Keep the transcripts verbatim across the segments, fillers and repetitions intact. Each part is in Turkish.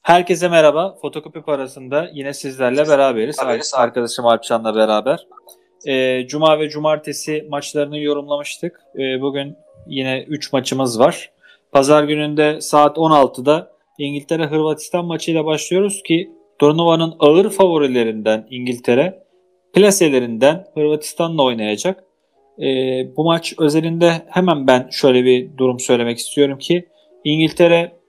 Herkese merhaba. Fotokopi parasında yine sizlerle beraberiz. Beraberiz. Arkadaşım Alpcan'la beraber. Ee, Cuma ve Cumartesi maçlarını yorumlamıştık. Ee, bugün yine üç maçımız var. Pazar gününde saat on altıda İngiltere-Hırvatistan maçıyla başlıyoruz ki turnuvanın ağır favorilerinden İngiltere, plaselerinden Hırvatistan'la oynayacak. Ee, bu maç özelinde hemen ben şöyle bir durum söylemek istiyorum ki İngiltere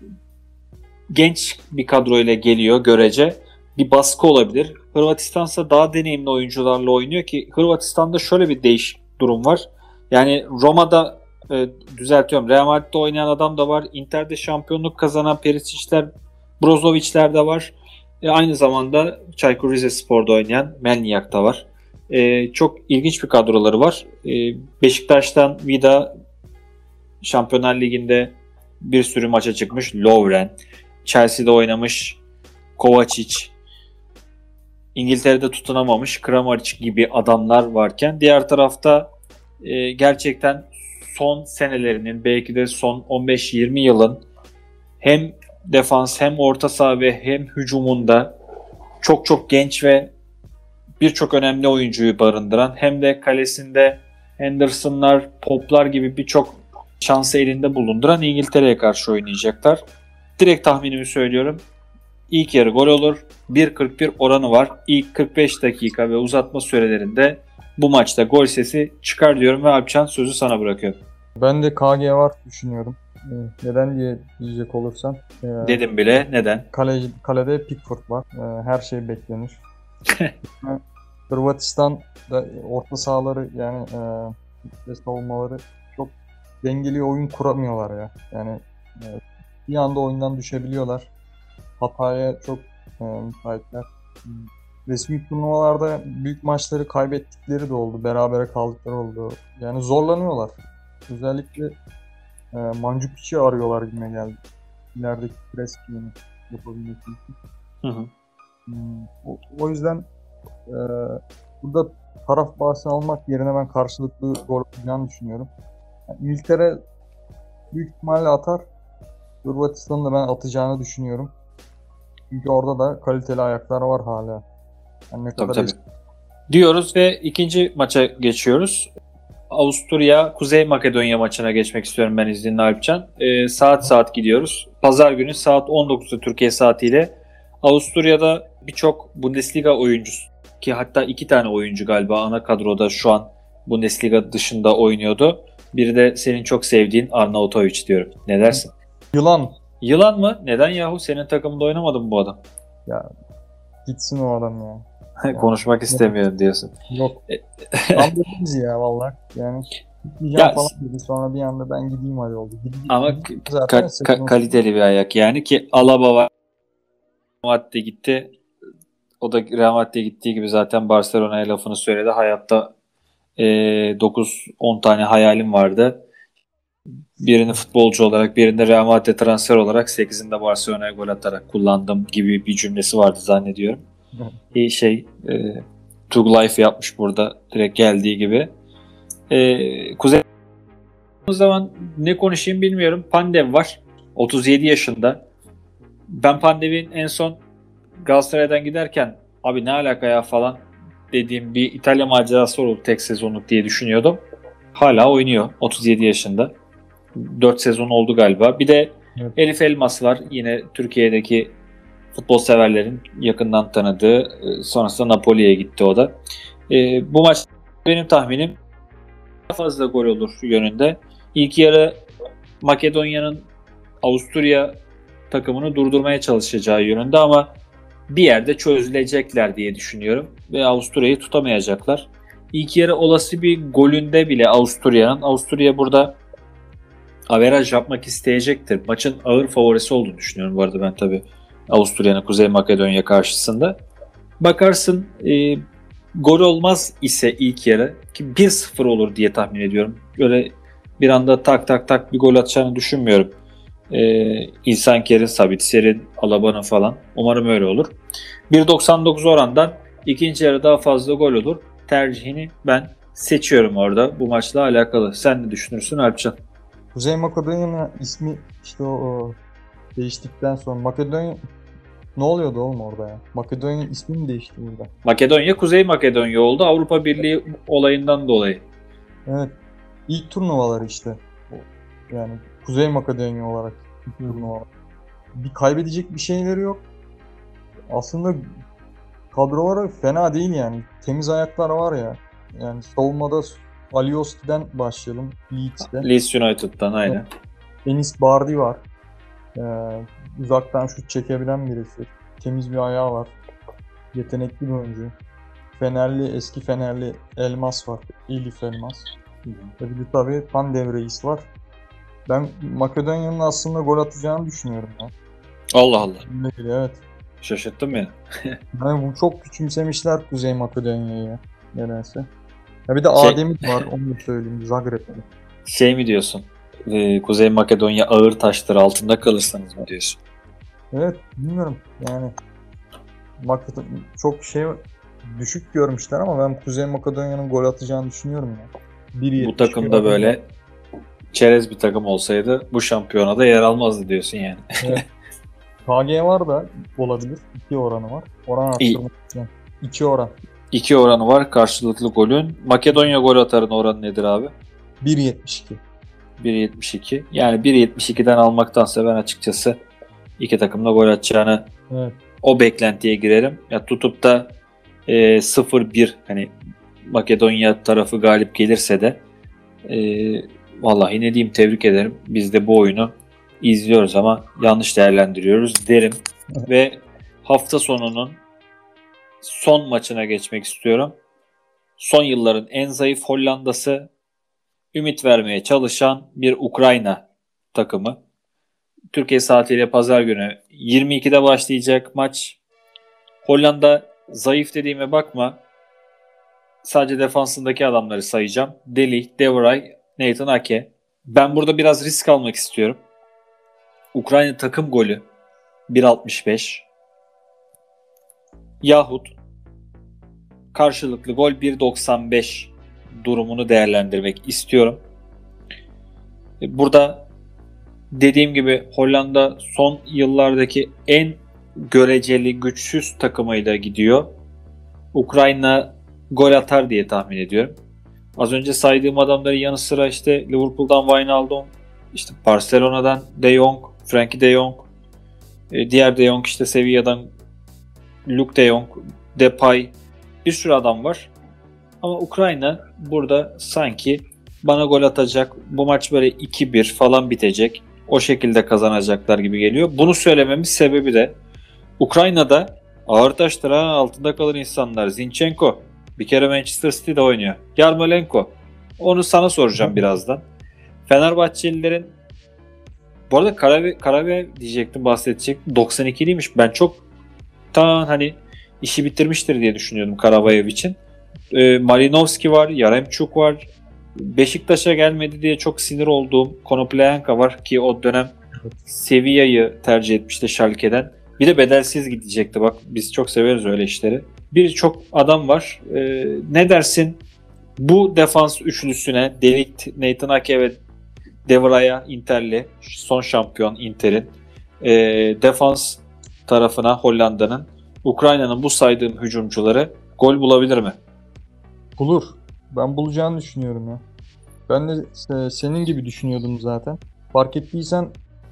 genç bir kadroyla geliyor görece. Bir baskı olabilir. Hırvatistan ise daha deneyimli oyuncularla oynuyor ki Hırvatistan'da şöyle bir değişik durum var. Yani Roma'da e, düzeltiyorum. Real Madrid'de oynayan adam da var. Inter'de şampiyonluk kazanan Perisic'ler, Brozovic'ler de var. E, aynı zamanda Çaykur Rizespor'da oynayan Melnyak da var. E, çok ilginç bir kadroları var. E, Beşiktaş'tan Vida Şampiyonlar Ligi'nde bir sürü maça çıkmış. Lovren, Chelsea'de oynamış Kovacic, İngiltere'de tutunamamış Kramaric gibi adamlar varken diğer tarafta e, gerçekten son senelerinin belki de son on beş yirmi yılın hem defans hem orta saha ve hem hücumunda çok çok genç ve birçok önemli oyuncuyu barındıran hem de kalesinde Henderson'lar, Pop'lar gibi birçok şansı elinde bulunduran İngiltere'ye karşı oynayacaklar. Direkt tahminimi söylüyorum. İlk yarı gol olur. bir kırk bir oranı var. İlk kırk beş dakika ve uzatma sürelerinde bu maçta gol sesi çıkar diyorum ve Alpcan sözü sana bırakıyorum. Ben de K G var düşünüyorum. Neden diye diyecek olursam. Dedim bile. Neden? Kale, kalede Pickford var. Her şey beklenir. Hırvatistan da orta sahaları yani e, savunmaları çok dengeli oyun kuramıyorlar ya. Yani e, bir anda oyundan düşebiliyorlar. Hataya çok e, müsaitler. Resmi turnuvalarda büyük maçları kaybettikleri de oldu. Berabere kaldıkları oldu. Yani zorlanıyorlar. Özellikle e, Mandžukić'i arıyorlar gibi geldi. İlerideki pres kimi yapabilmek için. Hı hı. O, o yüzden e, burada taraf bahsini almak yerine ben karşılıklı gol olacağını düşünüyorum. Yani İngiltere büyük ihtimalle atar. Hırvatistan'ın da ben atacağını düşünüyorum. Çünkü orada da kaliteli ayaklar var hala. Yani ne Tabii, kadar tabii. Diyoruz ve ikinci maça geçiyoruz. Avusturya Kuzey Makedonya maçına geçmek istiyorum ben izninle Alpcan. Ee, saat saat gidiyoruz. Pazar günü saat on dokuzda Türkiye saatiyle. Avusturya'da birçok Bundesliga oyuncusu ki hatta iki tane oyuncu galiba ana kadroda şu an Bundesliga dışında oynuyordu. Biri de senin çok sevdiğin Arnautovic diyorum. Ne dersin? Yılan. Yılan mı? Neden yahu? Senin takımında oynamadı mı bu adam? Ya gitsin o adam ya. Konuşmak istemiyorum diyorsun. Yok. Anladınız ya vallahi. Yani gitmeyeceğim Ya, falan dedi. Sonra bir anda ben gideyim hadi oldu. Gideyim. ama Zaten ka- ka- kaliteli bir ayak yani ki Alaba var. Real Madrid'e gitti. O da Real Madrid'e gittiği gibi zaten Barcelona'ya lafını söyledi. Hayatta e, dokuz on tane hayalim vardı. Birini futbolcu olarak, birinde Real Madrid'e transfer olarak, sekizinde Barcelona'ya gol atarak kullandım gibi bir cümlesi vardı zannediyorum. İyi şey, e, Tug Life yapmış burada direkt geldiği gibi. E, Kuzey o zaman ne konuşayım bilmiyorum. Pandev var. otuz yedi yaşında. Ben Pandev'in en son Galatasaray'dan giderken abi ne alaka ya falan dediğim bir İtalya macerası oldu tek sezonluk diye düşünüyordum. Hala oynuyor. otuz yedi yaşında. dört sezon oldu galiba. Bir de evet. Elif Elmas var. Yine Türkiye'deki futbol severlerin yakından tanıdığı. Sonrasında Napoli'ye gitti o da. E, bu maç benim tahminim daha fazla gol olur yönünde. İlk yarı Makedonya'nın Avusturya takımını durdurmaya çalışacağı yönünde ama bir yerde çözülecekler diye düşünüyorum. Ve Avusturya'yı tutamayacaklar. İlk yarı olası bir golünde bile Avusturya'nın, Avusturya burada averaj yapmak isteyecektir. Maçın ağır favorisi olduğunu düşünüyorum bu arada ben tabii Avusturya'nın Kuzey Makedonya karşısında. Bakarsın e, gol olmaz ise ilk yarı ki bir sıfır olur diye tahmin ediyorum. Böyle bir anda tak tak tak bir gol atacağını düşünmüyorum. Ee, İlsanker'in, Sabitser'in, Alaba'nın falan. Umarım öyle olur. bir doksan dokuz orandan ikinci yarı daha fazla gol olur. Tercihini ben seçiyorum orada bu maçla alakalı. Sen ne düşünürsün Alpcan? Kuzey Makedonya'nın ismi işte o, o değiştikten sonra Makedonya Ne oluyordu oğlum orada ya? Makedonya'nın ismi mi değişti burada? Makedonya Kuzey Makedonya oldu Avrupa Birliği olayından dolayı. Evet. İlk turnuvaları işte. Yani Kuzey Makedonya olarak ilk turnuva. Bir kaybedecek bir şeyleri yok. Aslında kadroları fena değil yani. Temiz ayaklar var ya. Yani savunmada Alioski'den başlayalım. Leeds'te. Leeds United'dan aynen. Enis Bardi var. Ee, uzaktan şut çekebilen birisi. Temiz bir ayağı var. Yetenekli bir oyuncu. Fenerli, eski Fenerli Elmas var. Elif Elmas. Hı. Bir de tabii Pandev Reis var. Ben Makedonya'nın aslında gol atacağını düşünüyorum ya. Allah Allah. Evet. Şaşırttın beni. Yani bu çok küçümsemişler Kuzey Makedonya'yı nedense. Ya bir de Şey, Adem'i var, onu da söyleyeyim, Zagreb'de. Şey mi diyorsun? Ee, Kuzey Makedonya ağır taştır altında kalırsanız mı diyorsun? Evet, bilmiyorum yani. Makedonya çok şey düşük görmüşler ama ben Kuzey Makedonya'nın gol atacağını düşünüyorum ya. Bu takımda böyle çerez bir takım olsaydı bu şampiyonada yer almazdı diyorsun yani. Evet. K G var da olabilir. İki oranı var. Oran arttırmak için. İki oran. İki oranı var karşılıklı golün. Makedonya gol atarın oranı nedir abi? bir yetmiş iki. bir yetmiş iki. Yani bir yetmiş ikiden almaktansa ben açıkçası iki takım da gol atacağını evet. O beklentiye girerim. Ya tutup da e, sıfır bir hani Makedonya tarafı galip gelirse de e, vallahi ne diyeyim tebrik ederim. Biz de bu oyunu izliyoruz ama yanlış değerlendiriyoruz derim. Evet. Ve hafta sonunun son maçına geçmek istiyorum. Son yılların en zayıf Hollanda'sı, ümit vermeye çalışan bir Ukrayna takımı. Türkiye saatiyle pazar günü yirmi ikide başlayacak maç. Hollanda zayıf dediğime bakma. Sadece defansındaki adamları sayacağım. De Ligt, De Vrij, Nathan Ake. Ben burada biraz risk almak istiyorum. Ukrayna takım golü bir altmış beş. Yahut karşılıklı gol bir doksan beş durumunu değerlendirmek istiyorum. Burada dediğim gibi Hollanda son yıllardaki en göreceli güçsüz takımıyla gidiyor. Ukrayna gol atar diye tahmin ediyorum. Az önce saydığım adamların yanı sıra işte Liverpool'dan Wijnaldum, işte Barcelona'dan De Jong, Frenkie De Jong, diğer De Jong işte Sevilla'dan Luke De Jong, Depay, bir sürü adam var. Ama Ukrayna burada sanki bana gol atacak, bu maç böyle iki bir falan bitecek, o şekilde kazanacaklar gibi geliyor. Bunu söylememin sebebi de Ukrayna'da ağır taştır ha, altında kalır insanlar. Zinchenko bir kere Manchester City'de oynuyor. Yarmolenko. Onu sana soracağım birazdan. Fenerbahçelilerin bu arada Karabey, Karabey diyecektim bahsedecek. doksan ikiliymiş. Ben çok ta hani işi bitirmiştir diye düşünüyordum Karabayev için. Ee, Malinovski var, Yaremchuk var. Beşiktaş'a gelmedi diye çok sinir olduğum Konoplyanka var ki o dönem Sevilla'yı tercih etmişti Schalke'den. Bir de bedelsiz gidecekti. Bak biz çok severiz öyle işleri. Birçok adam var. Ee, ne dersin bu defans üçlüsüne De Ligt, Nathan Ake ve De Vrij'a, Inter'li son şampiyon Inter'in e, defans tarafına Hollanda'nın Ukrayna'nın bu saydığım hücumcuları gol bulabilir mi? Bulur. Ben bulacağını düşünüyorum ya. Ben de senin gibi düşünüyordum zaten. Fark ettiysen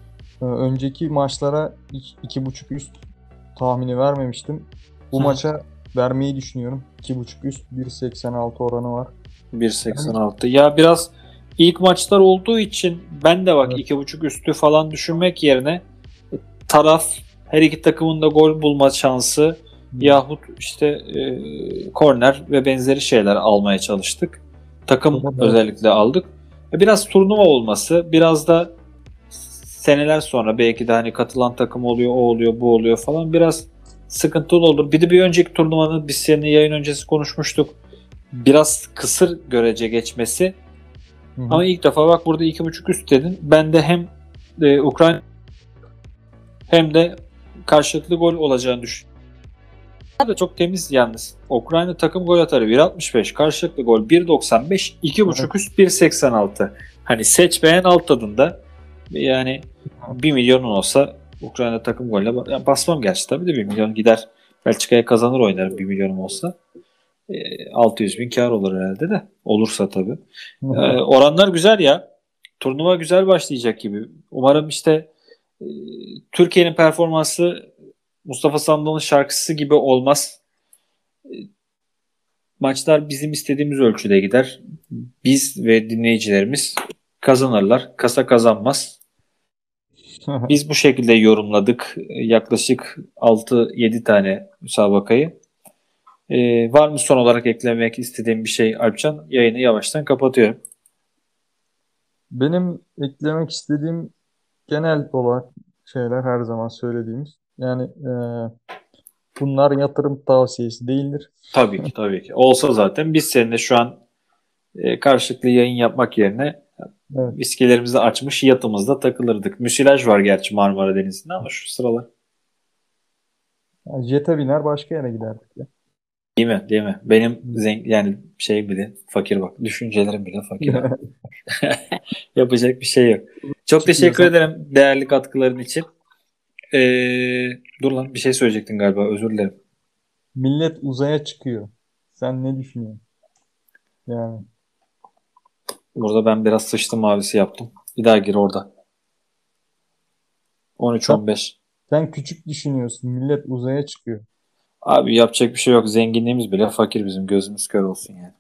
önceki maçlara iki buçuk üst tahmini vermemiştim. Bu Hı. maça vermeyi düşünüyorum. iki buçuk üst bir seksen altı oranı var. bir seksen altı. Yani... Ya biraz ilk maçlar olduğu için ben de bak evet. iki buçuk üstü falan düşünmek yerine taraf her iki takımın da gol bulma şansı Hı. yahut işte e, korner ve benzeri şeyler almaya çalıştık. Takım evet. özellikle aldık. Biraz turnuva olması, biraz da seneler sonra belki de hani katılan takım oluyor, o oluyor, bu oluyor falan biraz sıkıntılı olur. Bir de bir önceki turnuvanın biz seninle yayın öncesi konuşmuştuk. Biraz kısır görece geçmesi. Hı hı. Ama ilk defa bak burada iki buçuk üst dedin. Ben de hem e, Ukrayna hem de karşılıklı gol olacağını düşünüyorum. Da çok temiz yalnız. Ukrayna takım gol atarı bir altmış beş, karşılıklı gol bir doksan beş, iki buçuk üst bir seksen altı. Hani seç beğen alt tadında. Yani bir milyonun olsa Ukrayna takım golle ba- yani basmam gerçi tabii de bir milyon gider. Belçika'ya kazanır oynarım bir milyonum olsa. E, altı yüz bin kar olur herhalde de. Olursa tabii. E, oranlar güzel ya. Turnuva güzel başlayacak gibi. Umarım işte e, Türkiye'nin performansı Mustafa Sandal'ın şarkısı gibi olmaz. Maçlar bizim istediğimiz ölçüde gider. Biz ve dinleyicilerimiz kazanırlar. Kasa kazanmaz. Biz bu şekilde yorumladık yaklaşık altı yedi tane müsabakayı. Ee, var mı son olarak eklemek istediğim bir şey Alpcan? Yayını yavaştan kapatıyorum. Benim eklemek istediğim genel olarak şeyler her zaman söylediğimiz. Yani e, bunlar yatırım tavsiyesi değildir. Tabii ki tabii ki. Olsa zaten biz seninle şu an e, karşılıklı yayın yapmak yerine Evet. viskilerimizi açmış yatımızda takılırdık. Müsilaj var gerçi Marmara Denizi'nde ama şu sıralar. Yani jete biner başka yere giderdik ya. Değil mi? Değil mi? Benim zengin yani şey bile fakir bak. Düşüncelerim bile fakir abi. Yapacak bir şey yok. Çok teşekkür Çıkıyorsan ederim değerli katkıların için. Ee, dur lan bir şey söyleyecektin galiba. Özür dilerim. millet uzaya çıkıyor. Sen ne düşünüyorsun? Yani Burada ben biraz sıçtım mavisi yaptım. Bir daha gir orada. sen, on üç on beş. sen küçük düşünüyorsun. Millet uzaya çıkıyor. Abi yapacak bir şey yok. Zenginliğimiz bile fakir bizim. Gözümüz kör olsun yani.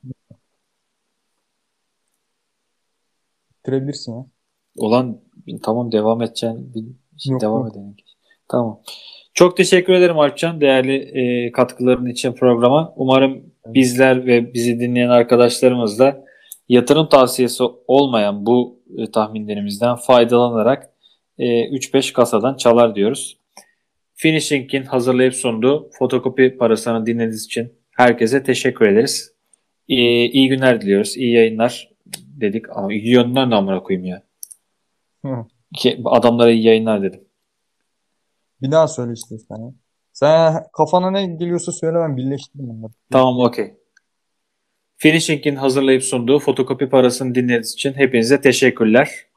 Bitirebilirsin ya. Ulan tamam devam edeceğim. Bir şey Yok devam yok. edelim. Tamam. Çok teşekkür ederim Alpcan değerli e, katkıların için programa. Umarım Yani, bizler ve bizi dinleyen arkadaşlarımız da yatırım tavsiyesi olmayan bu e, tahminlerimizden faydalanarak e, üç beş kasadan çalar diyoruz. Finishing'in hazırlayıp sunduğu fotokopi parasını dinlediğiniz için herkese teşekkür ederiz. İyi, iyi günler diliyoruz. İyi yayınlar dedik. Ama iyi yayınlar ne amına koyayım ya. hı. Ki, adamlara iyi yayınlar dedim. Bir daha söyle istiyorsan ya. Sen kafana ne geliyorsa söyle, ben birleştireyim onları. Tamam okey. Finishing'in hazırlayıp sunduğu fotokopi parasını dinlediğiniz için hepinize teşekkürler.